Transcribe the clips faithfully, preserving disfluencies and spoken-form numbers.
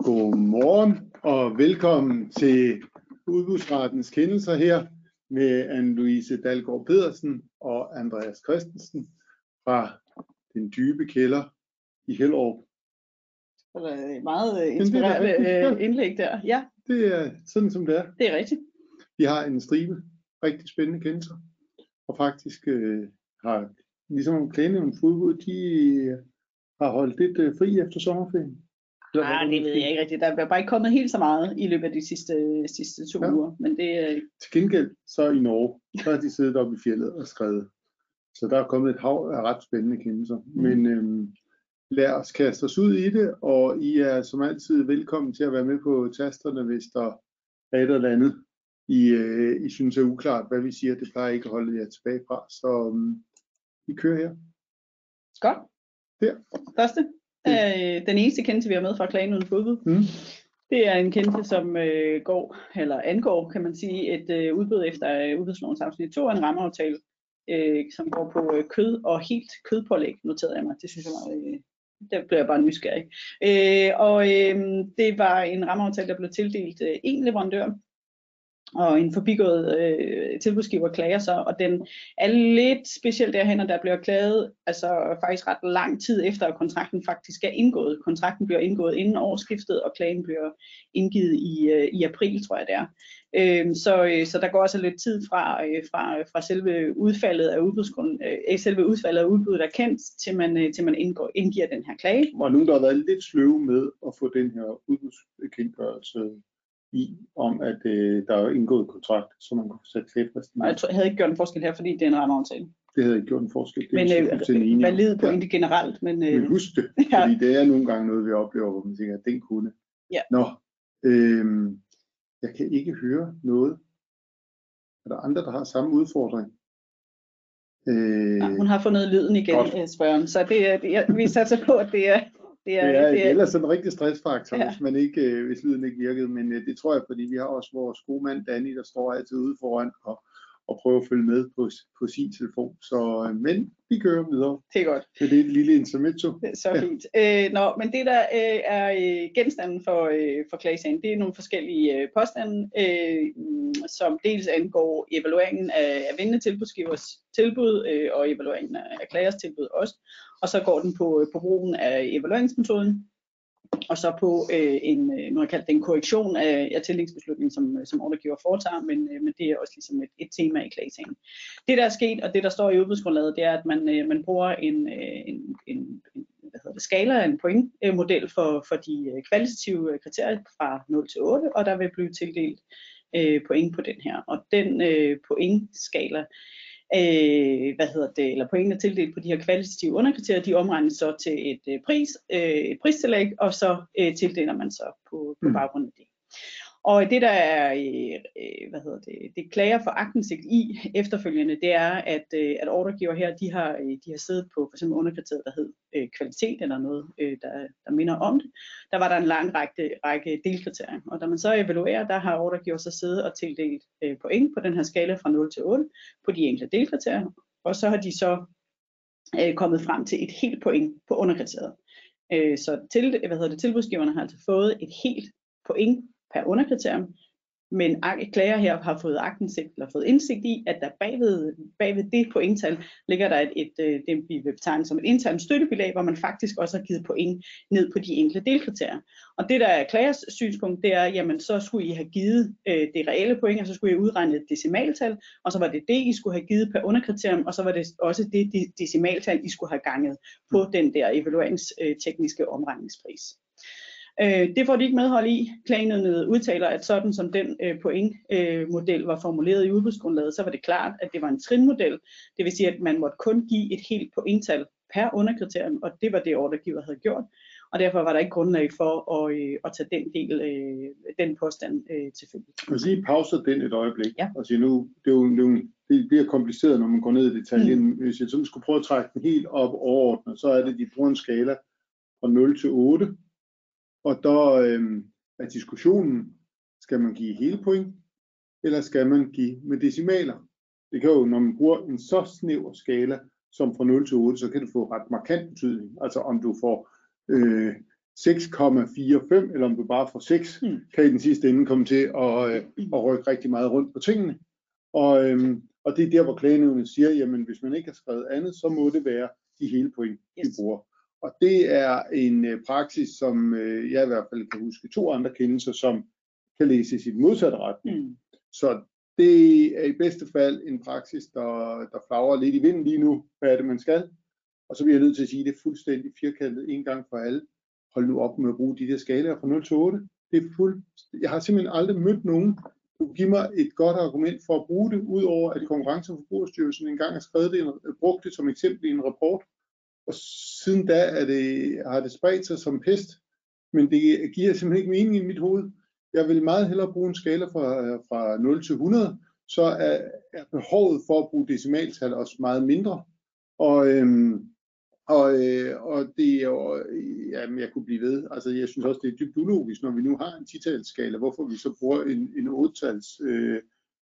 Godmorgen og velkommen til udbudsrettens kendelser her med Anne-Louise Dalgaard Pedersen og Andreas Christensen fra den dybe kælder i Hellerup. Det er meget inspirerende indlæg der. Ja. Det er sådan som det er. Det er rigtigt. Vi har en stribe rigtig spændende kendelser, og faktisk øh, har ligesom Klagenævnet for Udbud, de har holdt lidt øh, fri efter sommerferien. Nej, det ved jeg ikke rigtigt. Der er bare ikke kommet helt så meget i løbet af de sidste, sidste to ja. uger. Men det er... Til gengæld så i Norge, så har de siddet oppe i fjeldet og skrevet. Så der er kommet et hav af ret spændende kendelser. Mm. Men øhm, lad os kaste os ud i det, og I er som altid velkommen til at være med på tasterne, hvis der er et eller andet, I, øh, I synes er uklart, hvad vi siger. Det plejer ikke at holde jer tilbage fra. Så øhm, vi kører her. Godt. Der. Første. Øh, den eneste kendelse, vi har med fra Klagenævnet for Udbud, mm. det er en kendelse, som øh, går, eller angår, kan man sige, et øh, udbud efter øh, udbudslovens afsnit to af en rammeaftale, øh, som går på øh, kød og helt kødpålæg, noterede jeg mig. Det synes jeg var, øh, der blev jeg bare nysgerrig. Øh, og øh, det var en rammeaftale, der blev tildelt øh, en leverandør, og en forbigået øh, tilbudsgiver klager så, og den er lidt speciel derhen, og der bliver klaget altså faktisk ret lang tid efter, at kontrakten faktisk er indgået. Kontrakten bliver indgået inden årsskiftet, og klagen bliver indgivet i, øh, i april, tror jeg det er. Øh, så, øh, så der går også lidt tid fra, øh, fra, fra selve udfaldet af udbudsgrund, øh, selve udfaldet af udbuddet er kendt, til man, øh, til man indgår, indgiver den her klage. Og nu der har været lidt sløve med at få den her udbudsbekendtgørelse i, om at øh, der er indgået kontrakt, så man kan sætte klagefristen. Jeg tror, jeg havde ikke gjort en forskel her, fordi det er en rammeaftale. Det havde ikke gjort en forskel. Det men øh, valid på ja. det generelt. Men, øh, men husk det, ja. Fordi det er nogle gange noget, vi oplever, hvor man tænker, at den kunne. Ja. Nå, øh, jeg kan ikke høre noget. Er der andre, der har samme udfordring? Øh, ja, hun har fundet lyden igen, godt. Spørgen. Så det er, det er, vi satser på, at det er... Det er, det er, det er ellers en rigtig stressfaktor, ja. hvis, man ikke, øh, hvis lyden ikke virkede, men øh, det tror jeg, fordi vi har også vores gode mand Danny, der står altid ude foran og, og prøver at følge med på, på sin telefon. Så, øh, men vi kører videre. Det er godt. Så det er et lille intermezzo. Det er så ja. fint. Øh, nå, men det der øh, er øh, genstanden for, øh, for klagesagen, det er nogle forskellige øh, påstande, øh, som dels angår evalueringen af, af vindende tilbudsgivers tilbud øh, og evalueringen af, af klagers tilbud også. Og så går den på, på brugen af evalueringsmetoden, og så på øh, en, nu har jeg kaldt det en korrektion af, af tildelingsbeslutningen, som, som ordregiver foretager, men, øh, men det er også ligesom et, et tema i klagesagen. Det der er sket, og det der står i udbudsgrundlaget, det er, at man, øh, man bruger en, øh, en, en, en hvad hedder det, skala, en pointmodel for, for de øh, kvalitative kriterier fra nul til otte, og der vil blive tildelt øh, point på den her. Og den øh, pointskala, Øh, hvad hedder det, eller pointene tildelt på de her kvalitative underkriterier, de omregnes så til et øh, pris, øh, et pristillæg, og så øh, tildeler man så på, på baggrund af det. Og det der er, øh, hvad hedder det, det klager for aktindsigt i efterfølgende, det er, at, øh, at ordregiver her, de har, de har siddet på for eksempel underkriteriet, der hed øh, kvalitet, eller noget, øh, der, der minder om det. Der var der en lang række, række delkriterier, og da man så evaluerer, der har ordregiver så siddet og tildelt øh, point på den her skala fra nul til otte på de enkelte delkriterier, og så har de så øh, kommet frem til et helt point på underkriteriet. Øh, så til, hvad hedder det, tilbudsgiverne har altså fået et helt point per underkriterium, men klager her har fået aktindsigt eller fået indsigt i, at der bagved, bagved det pointtal ligger der et, et, det vi vil betegne som et internt støttebilag, hvor man faktisk også har givet point ned på de enkelte delkriterier. Og det der er klagers synspunkt, det er, jamen så skulle I have givet øh, det reelle point, og så skulle I udregne et decimaltal, og så var det det, I skulle have givet per underkriterium, og så var det også det, det decimaltal, I skulle have ganget på den der evalueringstekniske omregningspris. Øh, det får de ikke medhold i. Klagenævnet udtaler, at sådan som den øh, pointmodel øh, var formuleret i udbudsgrundlaget, så var det klart, at det var en trinmodel. Det vil sige, at man måtte kun give et helt pointtal per underkriterium, og det var det, ordregiver havde gjort. Og derfor var der ikke grundlag for at, øh, at tage den del, øh, den påstand øh, til følge. Jeg vil sige, pauser den et øjeblik. Ja. Og sige, nu, det, er jo, det bliver kompliceret, når man går ned i detaljen. Mm. Hvis jeg sådan skulle prøve at trække den helt op overordnet, så er det, de bruger en skala fra nul til otte. Og der øh, er diskussionen, skal man give hele point, eller skal man give med decimaler? Det kan jo, når man bruger en så snæver skala, som fra nul til otte, så kan det få ret markant betydning. Altså om du får øh, seks komma fire fem, eller om du bare får seks, mm. kan i den sidste ende komme til at, at rykke rigtig meget rundt på tingene. Og, øhm, og det er der, hvor klagenævnet siger, jamen hvis man ikke har skrevet andet, så må det være de hele point, yes. vi bruger. Og det er en øh, praksis, som øh, jeg i hvert fald kan huske to andre kendelser, som kan læses i den modsatte retning. Mm. Så det er i bedste fald en praksis, der, der flagrer lidt i vinden lige nu. Hvad er det, man skal? Og så bliver jeg nødt til at sige, at det er fuldstændig firkantet en gang for alle. Hold nu op med at bruge de der skalaer fra nul til otte. Det er fuld... Jeg har simpelthen aldrig mødt nogen, der giver mig et godt argument for at bruge det, udover at Konkurrence- og Forbrugerstyrelsen engang har skrevet det, brugt det som eksempel i en rapport. Og siden da er det, har det spredt sig som pest, men det giver simpelthen ikke mening i mit hoved. Jeg vil meget hellere bruge en skala fra, fra nul til hundrede, så er, er behovet for at bruge decimaltal også meget mindre. Og, øhm, og, øh, og det er jo, jamen jeg kunne blive ved, altså jeg synes også, det er dybt ulogisk, når vi nu har en ti-talsskala, hvorfor vi så bruger en, en otte-tals, øh,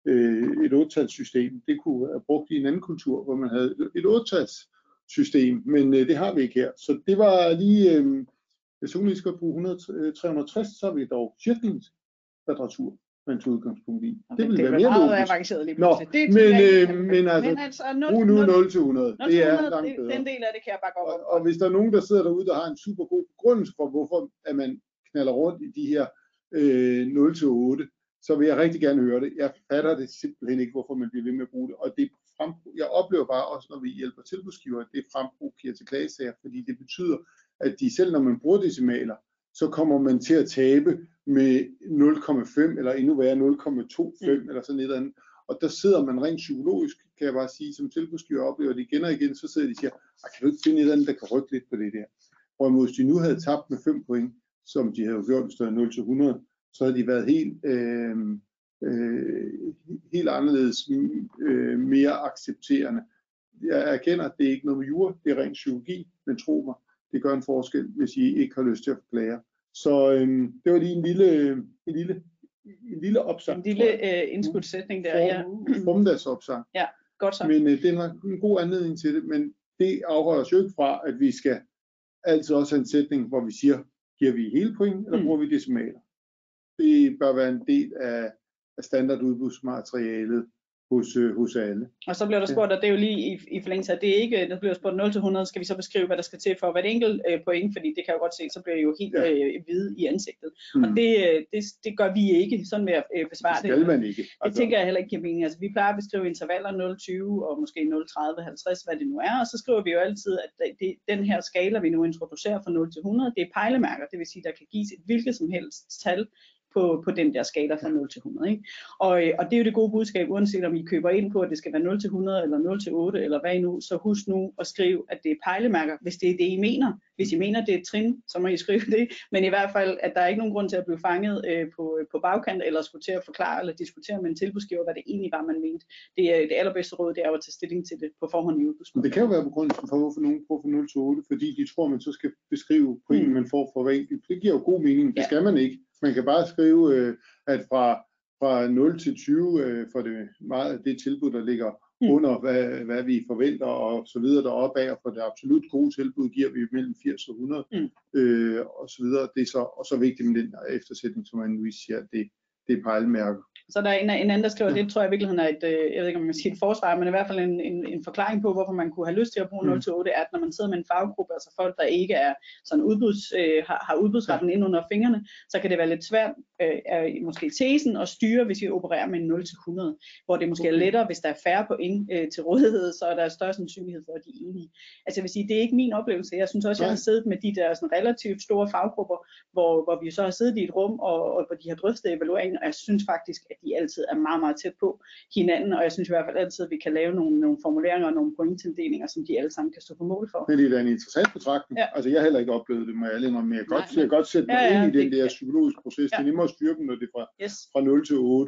øh, et otte-talssystem. Det kunne være brugt i en anden kultur, hvor man havde et otte-tals system, men øh, det har vi ikke her. Så det var lige, øh, hvis hun lige skal bruge hundrede, tre hundrede og tres, så har vi dog cirklens kvadratur, man tog udgangspunkt i. Okay, det vil det være mere logisk. Avanceret lige Nå, det er men, øh, men altså, men altså brug nu nul til hundrede, det er langt bedre. Den del af det kan jeg bare godt og, og hvis der er nogen, der sidder derude, der har en super god begrundelse for, hvorfor at man knaller rundt i de her øh, nul til otte, så vil jeg rigtig gerne høre det. Jeg fatter det simpelthen ikke, hvorfor man bliver ved med at bruge det. Og det frem, jeg oplever bare også, når vi hjælper tilbudsgiver, at det fremprovokerer til klagesager, fordi det betyder, at de selv når man bruger decimaler, så kommer man til at tabe med nul komma fem eller endnu værre nul komma toogtyve mm. eller sådan et eller andet. Og der sidder man rent psykologisk, kan jeg bare sige, som tilbudsgiver oplever det igen og igen, så sidder de og siger, kan du ikke finde et eller andet, der kan rykke lidt på det der? Hvorimod hvis de nu havde tabt med fem point, som de havde gjort, hvis der er nul til hundrede, så havde de været helt, øh, øh, helt anderledes, øh, mere accepterende. Jeg erkender, at det er ikke noget med jura, det er ren psykologi, men tro mig, det gør en forskel, hvis I ikke har lyst til at klage. Så øh, det var lige en lille, en lille, en lille opsang. En lille øh, indskudsætning der, ja. Formiddagsopsang. Ja, godt så. Men øh, det er en god anledning til det, men det afholder os jo ikke fra, at vi skal altid også have en sætning, hvor vi siger, giver vi hele point, eller mm. bruger vi decimaler? Det bør være en del af, af standardudbudsmaterialet hos, øh, hos alle. Og så bliver der spurgt, og det er jo lige i, i forlængelse af det ikke, der bliver spurgt nul til hundrede, skal vi så beskrive, hvad der skal til for hvert enkelt øh, point, fordi det kan jeg jo godt se, så bliver det jo helt ja. øh, hvide i ansigtet. Mm. Og det, det, det gør vi ikke, sådan vil jeg øh, besvare det. Det skal man ikke. Altså, det tænker jeg heller ikke giver mening. Altså, vi plejer at beskrive intervaller nul til tyve og måske nul til tredive, halvtreds, hvad det nu er, og så skriver vi jo altid, at det, den her skala, vi nu introducerer fra nul til hundrede, det er pejlemærker, det vil sige, der kan gives et hvilket som helst tal, På, på den der skala fra nul til hundrede. Ikke? Og, og det er jo det gode budskab, uanset om I køber ind på, at det skal være nul til hundrede eller nul til otte, eller hvad I nu, så husk nu at skrive, at det er pejlemærker, hvis det er det, I mener. Hvis I mener, det er et trin, så må I skrive det. Men i hvert fald, at der er ikke nogen grund til at blive fanget øh, på, på bagkant, eller skulle til at forklare eller diskutere med en tilbudsgiver, hvad det egentlig var, man mente. Det, er, det allerbedste råd, det er jo at tage stilling til det på forhånd i udbudsmålet. Det kan jo være på grund for, hvorfor nogen bruger fra nul til otte, fordi de tror, man så skal beskrive pointen, mm. man får for hver enkelt. Det giver jo god mening. Det ja. skal man ikke. Man kan bare skrive, øh, at fra, fra nul til tyve øh, for det meget det tilbud, der ligger mm. under, hvad, hvad vi forventer, og så videre deroppe af, og for det absolut gode tilbud giver vi mellem firs og hundrede, mm. øh, og så videre. Det er så, og så vigtigt med den eftersætning, som man nu siger, at det, det er pejlemærker. Så der er en, en anden, der skriver, det tror jeg i virkeligheden er et, jeg ved ikke om man siger et forsvar, men i hvert fald en, en, en forklaring på, hvorfor man kunne have lyst til at bruge nul til otte, er, at når man sidder med en faggruppe, altså folk, der ikke er sådan udbuds, øh, har, har udbudsretten ind under fingrene, så kan det være lidt svært, øh, er måske tesen at styre, hvis vi opererer med en nul til hundrede, hvor det måske okay. er lettere, hvis der er færre point øh, til rådighed, så er der større sandsynlighed for, at de er enige. Altså jeg vil sige, det er ikke min oplevelse. Jeg synes også, jeg har siddet med de der sådan relativt store faggrupper, hvor, hvor vi så har siddet i et rum, og, og hvor de har drøftet evalueringen, og jeg synes faktisk, at de altid er meget, meget tæt på hinanden, og jeg synes i hvert fald altid, at vi kan lave nogle, nogle formuleringer og nogle pointtildelinger, som de alle sammen kan stå på mål for. Men det er da en interessant betragtning. Ja. Altså jeg har heller ikke oplevet det, må jeg alle indrømme, men jeg kan godt, godt sætte mig ja, ja, ind i den det, der psykologiske proces. Ja. Det er nemmere at styre dem, når det er fra, yes. fra nul til otte.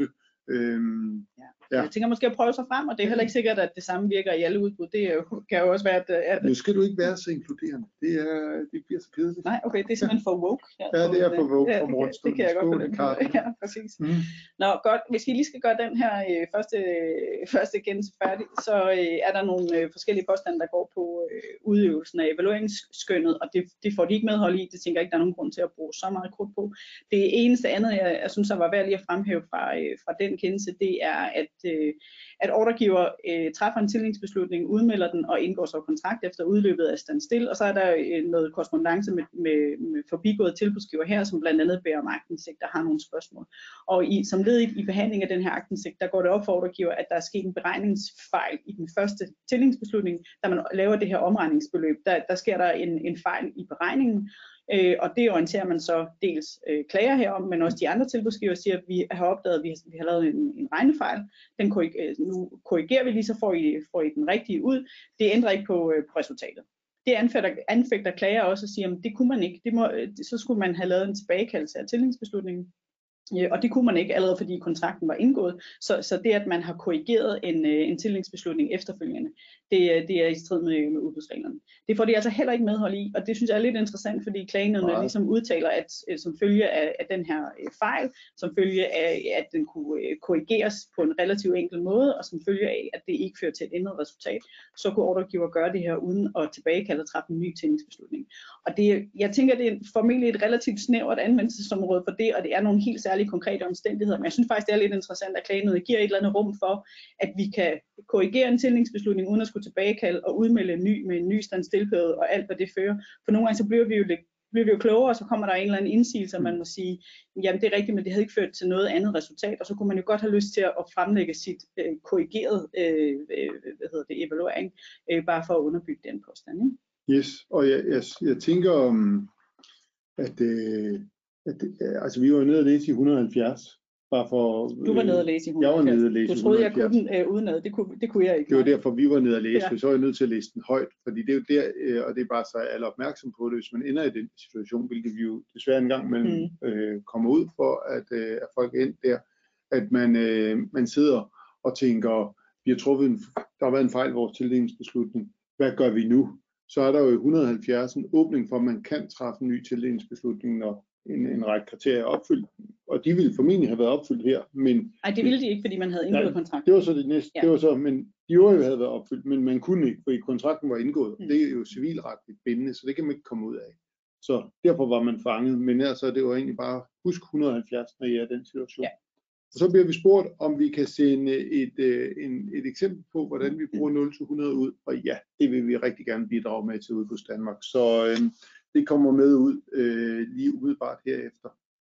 Øhm, ja. Ja. Jeg tænker måske at prøve sig frem, og det er heller ikke sikkert, at det samme virker i alle udbud. Det er jo, kan jo også være, at... at Nu skal du ikke være så inkluderende. Det, er, det bliver så kedeligt. Nej, okay, det er simpelthen for woke. Ja, det er for woke ja, fra det, morgenstunden. det kan jeg godt fornemme. Ja, præcis. Mm. Nå, godt. Hvis vi lige skal gøre den her øh, første, øh, første kendelse færdig, så øh, er der nogle øh, forskellige påstande, der går på øh, udøvelsen af evalueringsskønnet, og det, det får de ikke medhold i. Det tænker jeg ikke, der er nogen grund til at bruge så meget krudt på. Det eneste andet, jeg, jeg synes, der var værd lige at fremhæve fra, øh, fra den kendelse, det er, at, øh, at ordregiver øh, træffer en tillægsbeslutning, udmelder den og indgår så kontrakt efter udløbet af standstill, og så er der øh, noget korrespondance med, med, med forbigået tilbudsgiver her, som blandt andet beder om aktindsigt, der har nogle spørgsmål. Og i, som led i, i behandling af den her aktindsigt, der går det op for ordregiver, at der er sket en beregningsfejl i den første tillægsbeslutning, da man laver det her omregningsbeløb. Der, der sker der en, en fejl i beregningen, øh, og det orienterer man så dels øh, klager herom, men også de andre tilbudsgiver siger, at vi har opdaget, at vi har, vi har lavet en, en regnefejl. Den korrigerer, nu korrigerer vi lige, så får I, får I den rigtige ud. Det ændrer ikke på, øh, på resultatet. Det anfægter, anfægter klager også og siger, at det kunne man ikke. Det må, så skulle man have lavet en tilbagekaldelse af tillægsbeslutningen. Og det kunne man ikke, allerede fordi kontrakten var indgået. Så, så det, at man har korrigeret en, en tillægsbeslutning efterfølgende, det, det er i strid med, med udbudsreglerne. Det får de altså heller ikke medhold i, og det synes jeg er lidt interessant, fordi klagenævnet ligesom udtaler, at som følge af, af den her fejl, som følge af, at den kunne korrigeres på en relativt enkel måde, og som følge af, at det ikke fører til et ændret resultat, så kunne ordregiver gøre det her uden at tilbagekalde og træffe en ny tillægsbeslutning. Og det, jeg tænker, det er formentlig et relativt snævert anvendelsesområde for det, og det er nogle helt særlige konkrete omstændigheder, men jeg synes faktisk, det er lidt interessant, at klagenævnet giver et eller andet rum for, at vi kan korrigere en tillægsbeslutning uden at skulle tilbagekalde og udmelde en ny med en ny standstillperiode og alt, hvad det fører. For nogle gange så bliver vi jo lidt bliver vi jo klogere, og så kommer der en eller anden indsigelse, og man må sige, jamen det er rigtigt, men det havde ikke ført til noget andet resultat, og så kunne man jo godt have lyst til at fremlægge sit øh, korrigeret øh, hvad hedder det, evaluering, øh, bare for at underbygge den påstand. Ikke? Yes, og jeg, jeg, jeg tænker om, at, øh, at altså vi var nede og læse i et hundrede og halvfjerds, bare for... Du var nede og læse i et hundrede og halvfjerds. Jeg var nede og læse i Du troede, jeg kunne den øh, udenad, det kunne, det kunne jeg ikke. Det var derfor, vi var nede og læse, ja. så er jeg nødt til at læse den højt, fordi det er jo der, øh, og det er bare så alle opmærksom på det, hvis man ender i den situation, hvilket vi jo desværre engang man mm. øh, kommer ud for, at, øh, at folk er endt der, at man, øh, man sidder og tænker, vi har truffet en, der har været en fejl i vores tildelingsbeslutning, hvad gør vi nu? Så er der jo i et hundrede og halvfjerds en åbning for, at man kan træffe en ny tildelingsbeslutning, når en, en række kriterier er opfyldt, og de ville formentlig have været opfyldt her, men... Nej, det ville de ikke, fordi man havde indgået kontrakt. Det var så det næste, ja. Det var så, men de øvrige havde været opfyldt, men man kunne ikke, fordi kontrakten var indgået. Mm. Det er jo civilretligt bindende, så det kan man ikke komme ud af. Så derfor var man fanget, men altså det var egentlig bare, husk et hundrede og halvfjerds, når I er i den situation. Ja. Og så bliver vi spurgt, om vi kan sende et, et, et, et eksempel på, hvordan vi bruger nul til hundrede ud, og ja, det vil vi rigtig gerne bidrage med til Udbuds Danmark. Så øhm, det kommer med ud øh, lige umiddelbart herefter,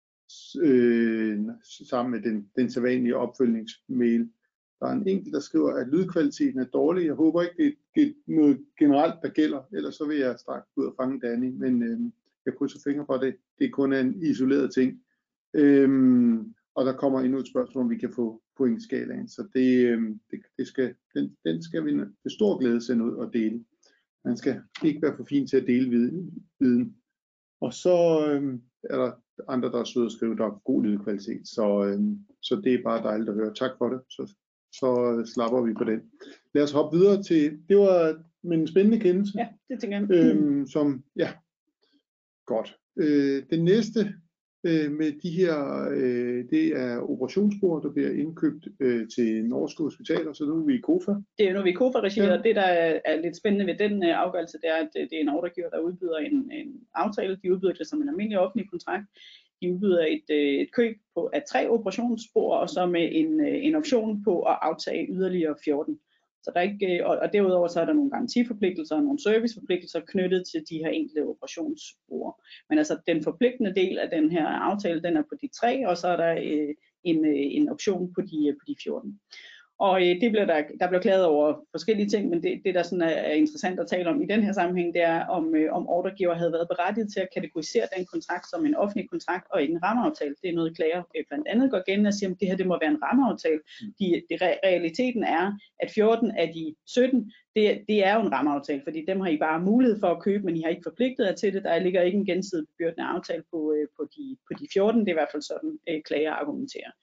øh, sammen med den, den sædvanlige opfølgningsmail. Der er en enkelt, der skriver, at lydkvaliteten er dårlig. Jeg håber ikke, det er noget generelt, der gælder, ellers så vil jeg straks ud og fange Danny, men øh, jeg krydser fingre for det. Det er kun en isoleret ting. Øh, og der kommer endnu et spørgsmål, om vi kan få pointskalaen, så det, øh, det, det skal, den, den skal vi med stor glæde sende ud og dele. Man skal ikke være for fin til at dele viden. Og så øh, er der andre, der er søde at skrive, der er god lydkvalitet. Så, øh, så det er bare dejligt at høre. Tak for det. Så, så slapper vi på den. Lad os hoppe videre til, det var en spændende kendelse. Ja, det tænker jeg. Øh, som, ja, godt. Øh, den næste øh, med de her, øh, det er operationsbord, der bliver indkøbt øh, til norske hospitaler, så nu er vi i KOFA. Det er nu vi i KOFA-regi, ja. Og det der er, er lidt spændende ved den øh, afgørelse, det er, at det er en ordregiver, der udbyder en, en aftale. De udbyder det som en almindelig offentlig kontrakt. De udbyder et, øh, et køb på af tre operationsspor, og så med en, øh, en option på at aftage yderligere fjorten. Så der er ikke, og, og derudover så er der nogle garantiforpligtelser og nogle serviceforpligtelser knyttet til de her enkelte operationsspor. Men altså den forpligtende del af den her aftale, den er på de tre, og så er der øh, en, øh, en option på de, på de fjorten. Og øh, det bliver der, der bliver klaget over forskellige ting, men det, det der sådan er, er interessant at tale om i den her sammenhæng, det er, om, øh, om ordregiver havde været berettiget til at kategorisere den kontrakt som en offentlig kontrakt og ikke en rammeaftale. Det er noget, klager øh, blandt andet går gennem og siger, at det her det må være en rammeaftale. De, det, realiteten er, at fjorten af de sytten, det, det er jo en rammeaftale, fordi dem har I bare mulighed for at købe, men I har ikke forpligtet jer til det. Der ligger ikke en gensidig bebyrdende aftale på, øh, på, de, på de fjorten, det er i hvert fald sådan, øh, klager argumenterer.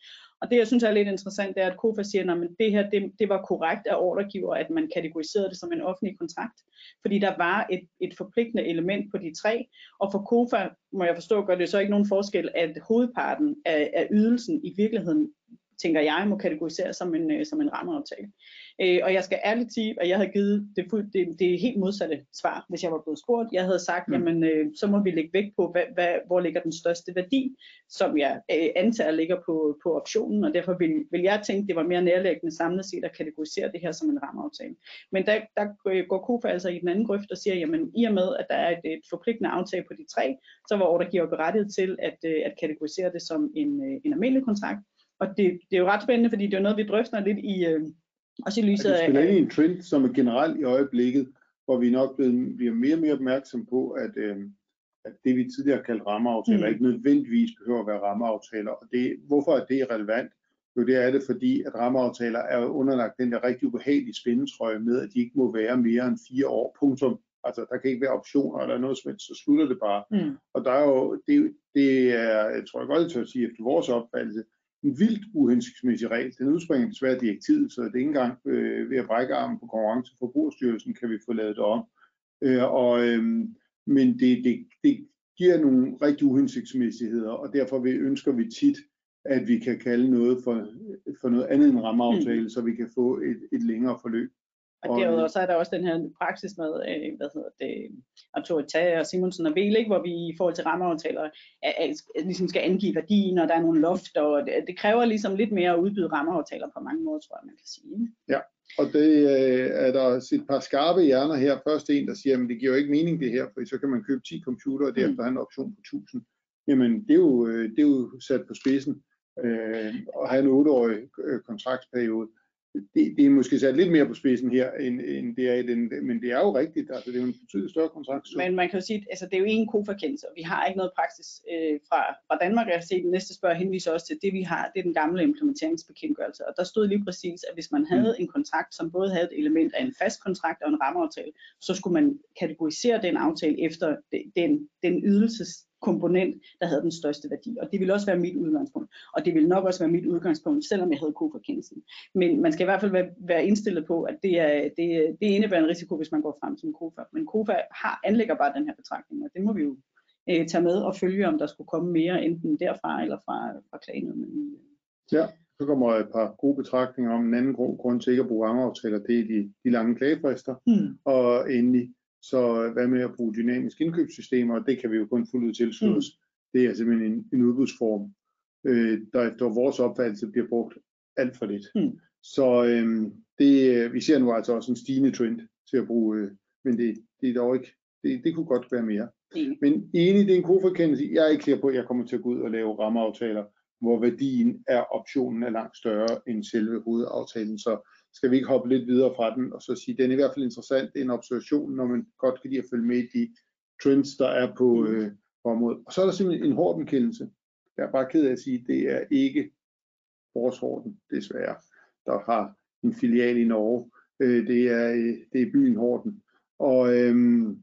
Og det, jeg synes er lidt interessant, det er, at KOFA siger, at det her det, det var korrekt af ordregiver, at man kategoriserede det som en offentlig kontrakt, fordi der var et, et forpligtende element på de tre, og for KOFA, må jeg forstå, gør det så ikke nogen forskel, at hovedparten af, af ydelsen i virkeligheden, tænker jeg, må kategoriseres som en, som en rammeaftale. Øh, og jeg skal ærligt sige, at jeg havde givet det, det, det helt modsatte svar, hvis jeg var blevet spurgt. Jeg havde sagt, mm. jamen øh, så må vi lægge vægt på, hvad, hvad, hvor ligger den største værdi, som jeg øh, antager ligger på, på optionen, og derfor vil, vil jeg tænke, det var mere nærliggende samlet set at kategorisere det her som en rammeaftale. Men der, der går KOFA altså i den anden grøft og siger, jamen i og med, at der er et, et forpligtende aftale på de tre, så var ordregiver berettiget til at, at kategorisere det som en, en almindelig kontrakt. Og det, det er jo ret spændende, fordi det er jo noget, vi drøfter lidt i, øh, også i lyset af... Det spiller ind i en trend, som er generelt i øjeblikket, hvor vi nok blevet, bliver mere og mere opmærksom på, at, øh, at det vi tidligere kaldt rammeaftaler, mm. ikke nødvendigvis behøver at være rammeaftaler. Og det, hvorfor er det relevant? Jo, det er det, fordi at rammeaftaler er underlagt den der rigtig ubehagelige spændetrøje med, at de ikke må være mere end fire år. Punktum. Altså, der kan ikke være optioner eller noget som helst, så slutter det bare. Mm. Og der er jo, det, det er, jeg tror jeg godt, jeg tør at sige, efter vores opfattelse, en vildt uhensigtsmæssig regel. Den udspringer desværre direktivet, så det er ikke engang øh, ved at brække armen på Konkurrence- og Forbrugerstyrelsen, kan vi få lavet det om. Øh, og, øh, men det, det, det giver nogle rigtig uhensigtsmæssigheder, og derfor vi, ønsker vi tit, at vi kan kalde noget for, for noget andet end rammeaftale, mm. så vi kan få et, et længere forløb. Og derudover så er der også den her praksis med, øh, hvad hedder det, Autorita og Simonsen og Wehl, hvor vi i forhold til rammeaftaler er, er, ligesom skal angive værdien, og der er nogle loft, og det, det kræver ligesom lidt mere at udbyde rammeaftaler på mange måder, tror jeg, man kan sige. Ja, og det øh, er der et par skarpe hjerner her. Først en, der siger, at det giver jo ikke mening det her, for så kan man købe ti computere, og derefter mm. have en option på tusind. Jamen, det er jo, det er jo sat på spidsen, øh, at have en otteårig kontraktsperiode. Det, det er måske sat lidt mere på spidsen her, end, end det er i den, men det er jo rigtigt, altså det er jo en betydeligt større kontrakt. Så. Men man kan jo sige, altså det er jo en KOFA-kendelse, og vi har ikke noget praksis øh, fra, fra Danmark. Jeg har set den næste spørg henviser også til, det vi har, det er den gamle implementeringsbekendtgørelse, og der stod lige præcis, at hvis man havde mm. en kontrakt, som både havde et element af en fast kontrakt og en rammeaftale, så skulle man kategorisere den aftale efter den, den ydelses komponent, der havde den største værdi. Og det vil også være mit udgangspunkt. Og det vil nok også være mit udgangspunkt, selvom jeg havde KOFA-kendelsen. Men man skal i hvert fald være, være indstillet på, at det, er, det, det indebærer en risiko, hvis man går frem som KOFA. Men KOFA har, anlægger bare den her betragtning, og det må vi jo øh, tage med og følge, om der skulle komme mere, enten derfra eller fra, fra klagenødmen. Ja, så kommer et par gode betragtninger om en anden grund til ikke at bruge rammeaftaler, det er de, de lange klagefrister. Hmm. Og endelig så hvad med at bruge dynamiske indkøbssystemer, og det kan vi jo kun fuldt ud tilslutte os. Mm. Det er simpelthen en, en udbudsform, øh, der efter vores opfattelse bliver brugt alt for lidt. Mm. Så øh, det, vi ser nu altså også en stigende trend til at bruge, øh, men det, det er dog ikke, det, det kunne godt være mere. Mm. Men enig, det er en KOFA-kendelse. Jeg er ikke sikker på, at jeg kommer til at gå ud og lave rammeaftaler, hvor værdien af optionen er langt større end selve hovedaftalen. Så skal vi ikke hoppe lidt videre fra den, og så sige, den er i hvert fald interessant, det er en observation, når man godt kan lide at følge med i de trends, der er på, øh, på området. Og så er der simpelthen en Horten-kendelse. Jeg er bare ked af at sige, det er ikke vores Horten, desværre, der har en filial i Norge. Øh, det, er, det er byen Horten. Og øh,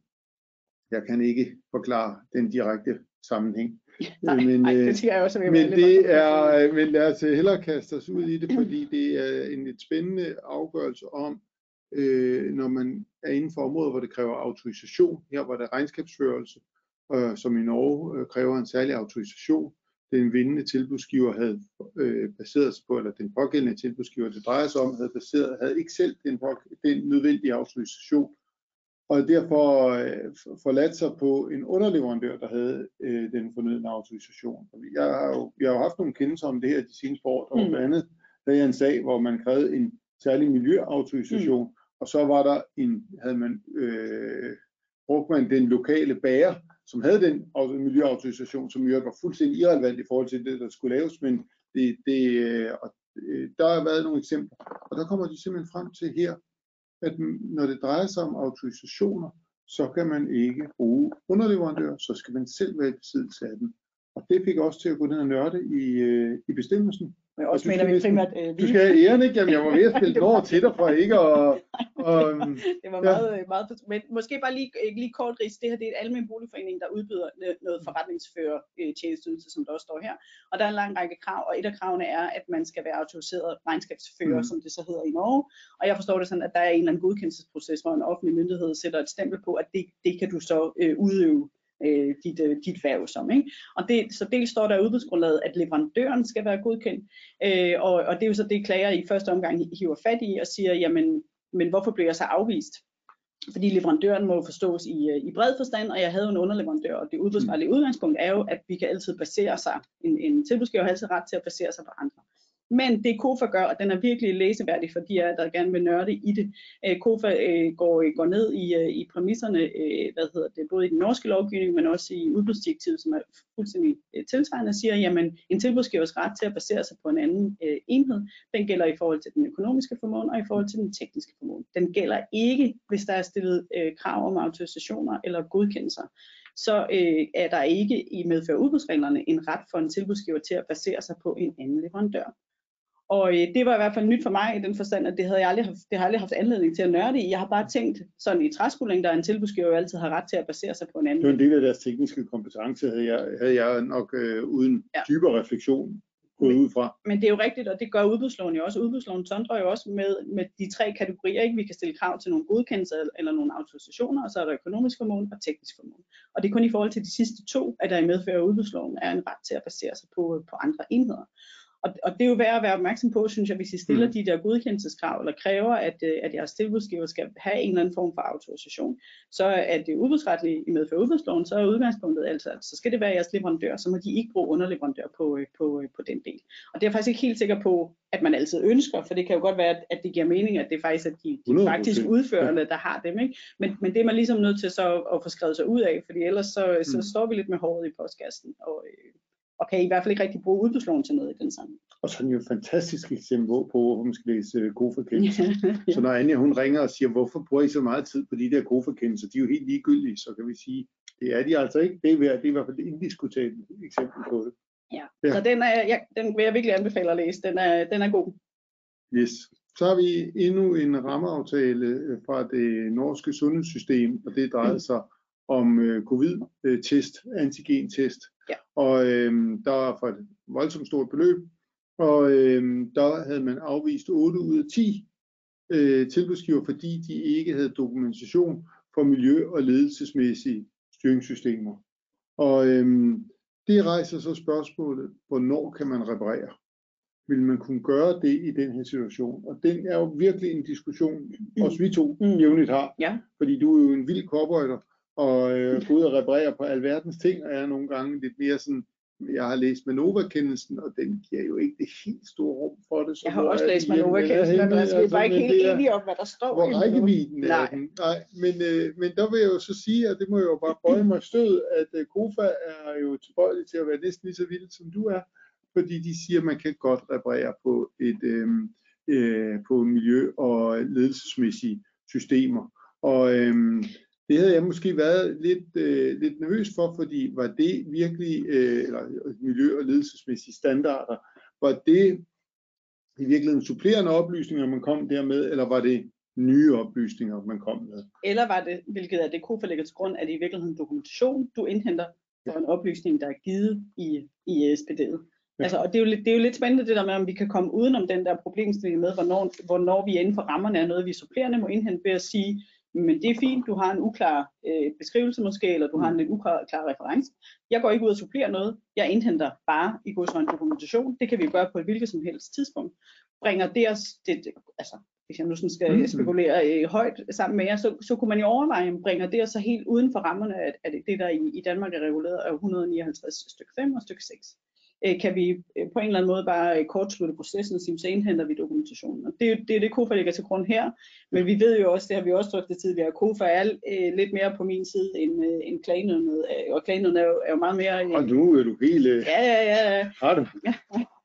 jeg kan ikke forklare den direkte sammenhæng. Nej, men, nej, det siger jeg også. Men, det er, men lad os hellere kaste os ud i det, fordi det er en lidt spændende afgørelse om, øh, når man er inden for områder, hvor det kræver autorisation. Her var det regnskabsførelse, øh, som i Norge øh, kræver en særlig autorisation. Den vindende tilbudsgiver havde øh, baseret sig på, eller den pågældende tilbudsgiver, det drejer sig om, havde, baseret, havde ikke selv den, den nødvendige autorisation, og derfor øh, forladt sig på en underleverandør, der havde øh, den fornødne autorisation. Jeg har jo, jeg har jo haft nogle kendelser om det her de seneste år, og mm. blandt andet havde jeg en sag, hvor man krævede en særlig miljøautorisation, mm. og så var der en, havde man øh, brugt man den lokale bager, som havde den miljøautorisation, som jo var fuldstændig irrelevant i forhold til det, der skulle laves, men det, det, øh, der har været nogle eksempler, og der kommer de simpelthen frem til her, at når det drejer sig om autorisationer, så kan man ikke bruge underleverandører, så skal man selv være i besiddelse af den. Og det fik også til at gå ned og nørde i, i bestemmelsen, Og jeg også mener vi primært øh, vi. Du skal have æren, ikke? Jamen, jeg var ved at spille den over til dig for ikke at... Og, det var meget, ja. meget, men måske bare lige, lige kort ris. Det her det er et almen boligforening, der udbyder noget forretningsfører øh, tjenesteydelse, som der også står her. Og der er en lang række krav, og et af kravene er, at man skal være autoriseret regnskabsfører, mm. som det så hedder i Norge. Og jeg forstår det sådan, at der er en eller anden godkendelsesproces, hvor en offentlig myndighed sætter et stempel på, at det, det kan du så øh, udøve Øh, dit, øh, dit værv som. Ikke? Og det, så dels står der i udbudsgrundlaget, at leverandøren skal være godkendt, øh, og, og det er jo så det, klager i første omgang hiver fat i og siger, jamen, men hvorfor blev jeg så afvist? Fordi leverandøren må forstås i, i bred forstand, og jeg havde en underleverandør, og det udbudsretlige udgangspunkt er jo, at vi kan altid basere sig, en, en tilbudsgiver har altid ret til at basere sig på andre. Men det KOFA gør, og den er virkelig læseværdig for de af der gerne vil nørde i det. KOFA går, går ned i, i præmisserne, hvad hedder det, både i den norske lovgivning, men også i udbudsdirektivet, som er fuldstændig tilsvarende, siger, jamen en tilbudsgivers ret til at basere sig på en anden enhed, den gælder i forhold til den økonomiske formåen og i forhold til den tekniske formåen. Den gælder ikke, hvis der er stillet krav om autorisationer eller godkendelser. Så øh, er der ikke i medfør udbudsreglerne en ret for en tilbudsgiver til at basere sig på en anden leverandør. Og øh, det var i hvert fald nyt for mig i den forstand, at det havde jeg aldrig haft, det har jeg aldrig haft anledning til at nørde i. Jeg har bare tænkt sådan i træskoling, der er en tilbudsgiver jo altid har ret til at basere sig på en anden. Det var en del af deres tekniske kompetence, havde jeg, havde jeg nok øh, uden ja. dybere refleksion gået ud fra. Men det er jo rigtigt, og det gør udbudsloven jo også. Udbudsloven sondrer jo også med, med de tre kategorier. Ikke? Vi kan stille krav til nogle godkendelser eller nogle autorisationer, og så er der økonomisk formåen og teknisk formåen. Og det er kun i forhold til de sidste to, at der i medfør af udbudsloven er en ret til at basere sig på, på andre enheder. Og, og det er jo værd at være opmærksom på, synes jeg, hvis I stiller mm. de der godkendelseskrav, eller kræver, at, at jeres tilbudsgiver skal have en eller anden form for autorisation, så er det udbudsretligt i medfør udbudsloven, så er udgangspunktet altså, at så skal det være jeres leverandør, så må de ikke bruge underleverandør på, på, på den del. Og det er jeg faktisk ikke helt sikker på, at man altid ønsker, for det kan jo godt være, at det giver mening, at det faktisk er de, de faktisk udførende, der har dem. Ikke? Men, men det er man ligesom nødt til så at få skrevet sig ud af, fordi ellers så, mm. så står vi lidt med håret i postkassen, og og kan I hvert fald ikke rigtig bruge udbudsloven til noget i den sammenhæng. Og så er det jo et fantastisk eksempel på, hvor man skal læse KOFA-kendelser. ja. Så når Anja hun ringer og siger, hvorfor bruger I så meget tid på de der KOFA-kendelser, de er jo helt ligegyldige, så kan vi sige, det er de altså ikke. Det er, det er i hvert fald et indiskutabelt eksempel på det. Ja, ja. Så den, er, ja, den vil jeg virkelig anbefale at læse. Den er, den er god. Yes. Så har vi endnu en rammeaftale fra det norske sundhedssystem, og det drejer sig om øh, covid-test, antigentest. Ja. Og øh, der var for et voldsomt stort beløb, og øh, der havde man afvist otte ud af ti øh, tilbudsgiver, fordi de ikke havde dokumentation for miljø- og ledelsesmæssige styringssystemer. Og øh, det rejser så spørgsmålet, hvornår kan man reparere? Vil man kunne gøre det i den her situation? Og den er jo virkelig en diskussion, mm. også vi to mm. jævnligt har, ja. Fordi du er jo en vild cowboyter, og øh, gå ud og reparere på alverdens ting, og jeg er nogle gange lidt mere sådan, jeg har læst Manova-kendelsen, og den giver jo ikke det helt store rum for det. Jeg har også læst Manova-kendelsen, men altså, vi er bare ikke helt enige om, hvad der står. Hvor rækkevidden er den. Nej, men, øh, men der vil jeg jo så sige, og det må jeg jo bare bøje mig stød, at øh, KOFA er jo tilbøjelig til at være næsten lige så vild, som du er, fordi de siger, at man kan godt reparere på, et, øh, øh, på miljø- og ledelsesmæssige systemer. Og øh, det havde jeg måske været lidt, øh, lidt nervøs for, fordi var det virkelig, øh, eller miljø- og ledelsesmæssige standarder, var det i virkeligheden supplerende oplysninger, man kom dermed, eller var det nye oplysninger, man kom med? Eller var det, hvilket er det KOFA lægger til grund, at det i virkeligheden dokumentation, du indhenter for en oplysning, der er givet i, i S P D'et. Ja. Altså, og det er, jo lidt, det er jo lidt spændende det der med, om vi kan komme udenom den der problemstilling med, hvornår, hvornår vi inden for rammerne er noget, vi supplerende må indhente ved at sige, men det er fint, du har en uklar øh, beskrivelse måske, eller du har en lidt uklar klar reference. Jeg går ikke ud og supplerer noget. Jeg indhenter bare i godsøjne dokumentation. Det kan vi gøre på et hvilket som helst tidspunkt. Bringer det os, det, det, altså hvis jeg nu sådan skal spekulere øh, højt sammen med jer, så, så kunne man jo overveje, bringer det os så helt uden for rammerne, at, at det der i, i Danmark er reguleret af et hundrede og nioghalvtreds stykke fem og stykke seks. Kan vi på en eller anden måde bare kortslutte processen og sige, så indhenter vi dokumentationen. Og det er det, det KOFA ligger til grund her, men vi ved jo også, det har vi også drøftet tidligere, at KOFA er øh, lidt mere på min side end, øh, end klagenødnet, og klagenødnet er, er jo meget mere... Øh, og nu er du helt... Øh, ja, ja, ja. Har du?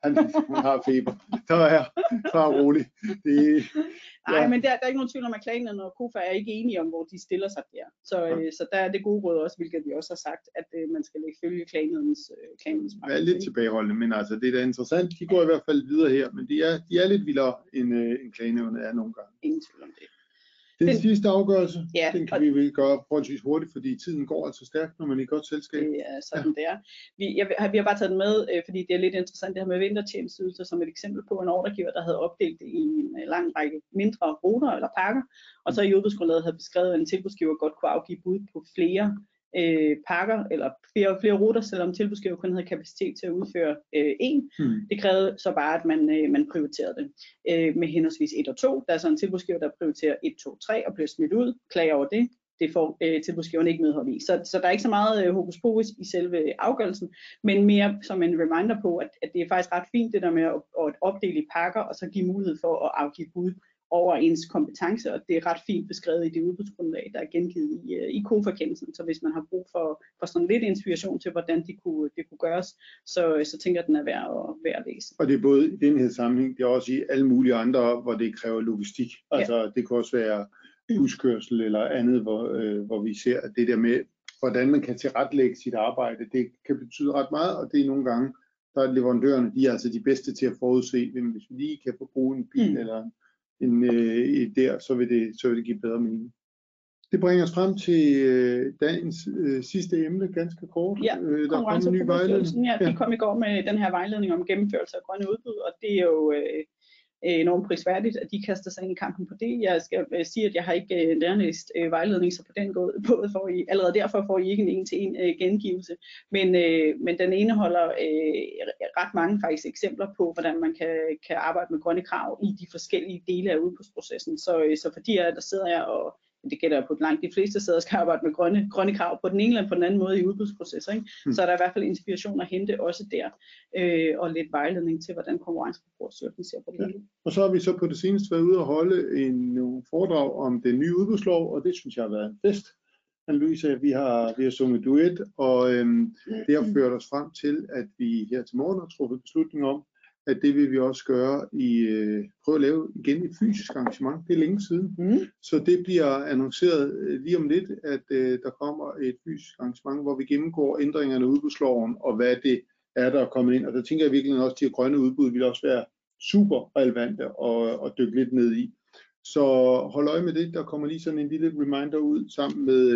Han, han har feber. Så er bare rolig. Det, Nej, ja. men der, der er ikke nogen tvivl om, at klanen og KOFA er ikke enige om, hvor de stiller sig der. Så, øh, så der er det gode råd også, hvilket vi også har sagt, at øh, man skal ikke følge klanens, øh, klanens praksis. Er lidt tilbageholdende, men altså det er da interessant. De går i hvert fald videre her, men de er, de er lidt vildere, end, øh, end klagenævnet er nogle gange. Ingen tvivl om det. Den, den sidste afgørelse, ja, den kan vi vel gøre forholdsvis hurtigt, fordi tiden går altså stærkt, når man er i godt selskab. Det er sådan, ja. Det er. Vi, jeg, vi har bare taget den med, øh, fordi det er lidt interessant det her med vintertjenesteydelser som et eksempel på en ordregiver, der havde opdelt det i en øh, lang række mindre ruter eller pakker, og så i udbudsgrundlaget havde beskrevet, at en tilbudsgiver godt kunne afgive bud på flere øh, pakker eller flere, flere ruter, selvom tilbudsgiver kun havde kapacitet til at udføre øh, en. Hmm. Det krævede så bare, at man, øh, man prioriterede det øh, med henholdsvis et og to. Der er så en tilbudsgiver, der prioriterer et, to, tre og bliver smidt ud, klager over det. Det får øh, tilbudsgiveren ikke medhold i. Så, så der er ikke så meget øh, hokus pokus i selve afgørelsen, men mere som en reminder på, at, at det er faktisk ret fint det der med at, at opdele i pakker, og så give mulighed for at afgive bud over ens kompetence, og det er ret fint beskrevet i det udbudsgrundlag, der er gengivet i, uh, i KOFA-kendelsen. Så hvis man har brug for, for sådan lidt inspiration til, hvordan det kunne, det kunne gøres, så, så tænker jeg, at den er værd at, værd at læse. Og det er både i den her sammenhæng, det er også i alle mulige andre, hvor det kræver logistik. Altså ja. Det kan også være buskørsel eller andet, hvor, øh, hvor vi ser, at det der med, hvordan man kan tilrettelægge sit arbejde, det kan betyde ret meget, og det er nogle gange, der er leverandørerne, de er altså de bedste til at forudse, hvis vi lige kan få bruge en bil mm. eller en øh, der, så vil, det, så vil det give bedre mening. Det bringer os frem til øh, dagens øh, sidste emne, ganske kort. Ja, øh, der kom en ny vejledning. Ja, vi kom i går med den her vejledning om gennemførelse af grønne udbud, og det er jo øh, enormt prisværdigt, at de kaster sig ind i kampen på det. Jeg skal øh, sige, at jeg har ikke øh, nærlæst øh, vejledning, så på den måde får I, allerede derfor får I ikke en en-til-en øh, gengivelse. Men, øh, men den indeholder øh, ret mange faktisk eksempler på, hvordan man kan, kan arbejde med grønne krav i de forskellige dele af udbudsprocessen. Så, øh, så fordi jeg, der sidder jeg og det gælder på langt de fleste steder, skal arbejde med grønne, grønne krav på den ene eller på den anden måde i udbudsprocesser. Ikke? Mm. Så er der i hvert fald inspiration at hente også der, øh, og lidt vejledning til, hvordan Konkurrence- ser på det hele. Ja. Og så har vi så på det seneste været ude og holde en uh, foredrag om den nye udbudslov, og det synes jeg har været en fest. Anne-Louise, vi har, vi har sunget duet, og øhm, det har ført os frem til, at vi her til morgen har truffet beslutning om, at det vil vi også gøre i, øh, prøve at lave igen et fysisk arrangement. Det er længe siden. Mm. Så det bliver annonceret øh, lige om lidt, at øh, der kommer et fysisk arrangement, hvor vi gennemgår ændringerne af udbudsloven, og hvad det er, der er kommet ind. Og der tænker jeg virkelig også, at de grønne udbud vil også være super relevante at, at dykke lidt ned i. Så hold øje med det. Der kommer lige sådan en lille reminder ud sammen med,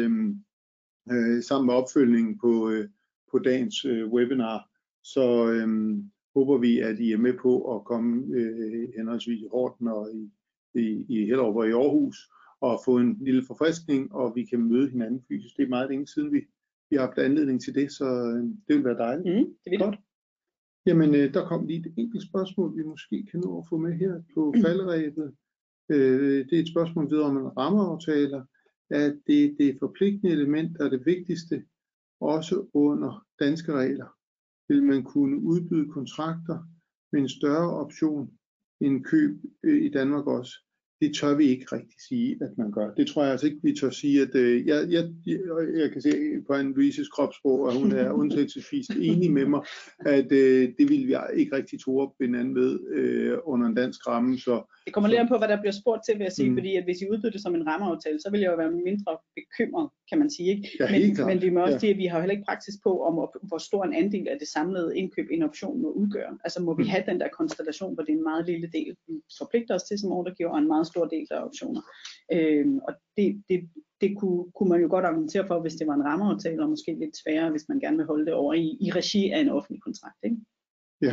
øh, sammen med opfølgningen på, øh, på dagens øh, webinar. Så øh, håber vi, at I er med på at komme øh, henholdsvis i Horten og i, i, i Hellerup og i Aarhus og få en lille forfriskning, og vi kan møde hinanden fysisk. Det er meget længe siden, vi, vi har haft anledning til det, så øh, det vil være dejligt. Mm, det vil godt. Jamen, øh, der kom lige et enkelt spørgsmål, vi måske kan nå at få med her på falderæbet. Øh, det er et spørgsmål videre om en rammeaftaler, at det, det forpligtende element, der er det vigtigste, også under danske regler. Vil man kunne udbyde kontrakter med en større option end køb øh, i Danmark også? Det tør vi ikke rigtig sige, at man gør. Det tror jeg altså ikke, vi tør sige, at øh, jeg, jeg, jeg, jeg kan se på Anne-Louises kropssprog, at hun er undtagelsesvis enig med mig, at øh, det vil vi ikke rigtig tro binde an med øh, under en dansk ramme. Så, det kommer lidt an på, hvad der bliver spurgt til, vil jeg sige, mm. fordi at hvis I udbyder det som en rammeaftale, så vil jeg jo være mindre bekymret, kan man sige. Ikke? Ja, men, men vi må også ja. sige, at vi har heller ikke praksis på, om hvor stor en andel af det samlede indkøb en option må udgøre. Altså må vi have den der konstellation, hvor det er en meget lille del, vi forpligter os til som ordregiver, og en meget stor del af optioner. Øhm, og det, det, det kunne, kunne man jo godt argumentere for, hvis det var en rammeaftale, og måske lidt sværere, hvis man gerne vil holde det over i, i regi af en offentlig kontrakt. Ikke? Ja,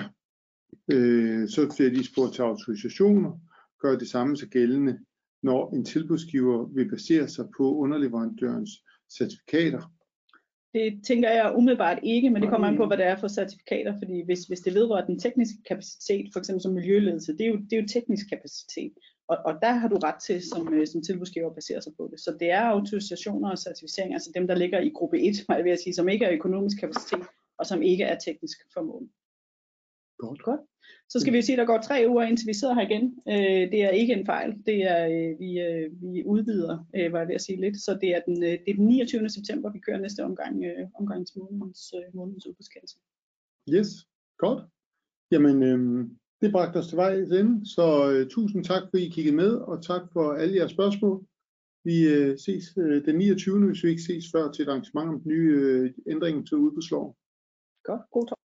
øh, så bliver de spurgt til autorisationer, gør det samme så gældende, når en tilbudsgiver vil basere sig på underleverandørens certifikater. Det tænker jeg umiddelbart ikke, men det kommer an på, hvad det er for certifikater, fordi hvis, hvis det vedrører den tekniske kapacitet, for eksempel som miljøledelse, det er jo, det er jo teknisk kapacitet, og, og der har du ret til som, som tilbudsgiver at basere sig på det. Så det er autorisationer og certificering, altså dem, der ligger i gruppe et, vil jeg sige, som ikke er økonomisk kapacitet, og som ikke er teknisk formål. Godt. Godt. Så skal vi sige, at der går tre uger, indtil vi sidder her igen. Øh, det er ikke en fejl. Det er, øh, vi, øh, vi udvider, øh, var jeg ved at sige lidt. Så det er den, øh, det er den niogtyvende september, vi kører næste omgang, øh, omgang til månedens, øh, månedens udbudskendelse. Yes, godt. Jamen, øh, det bragte os til vej ende, så øh, tusind tak, fordi I kiggede med, og tak for alle jeres spørgsmål. Vi øh, ses øh, den niogtyvende, hvis vi ikke ses før til et arrangement om nye øh, ændringer til udbudsloven. Godt, god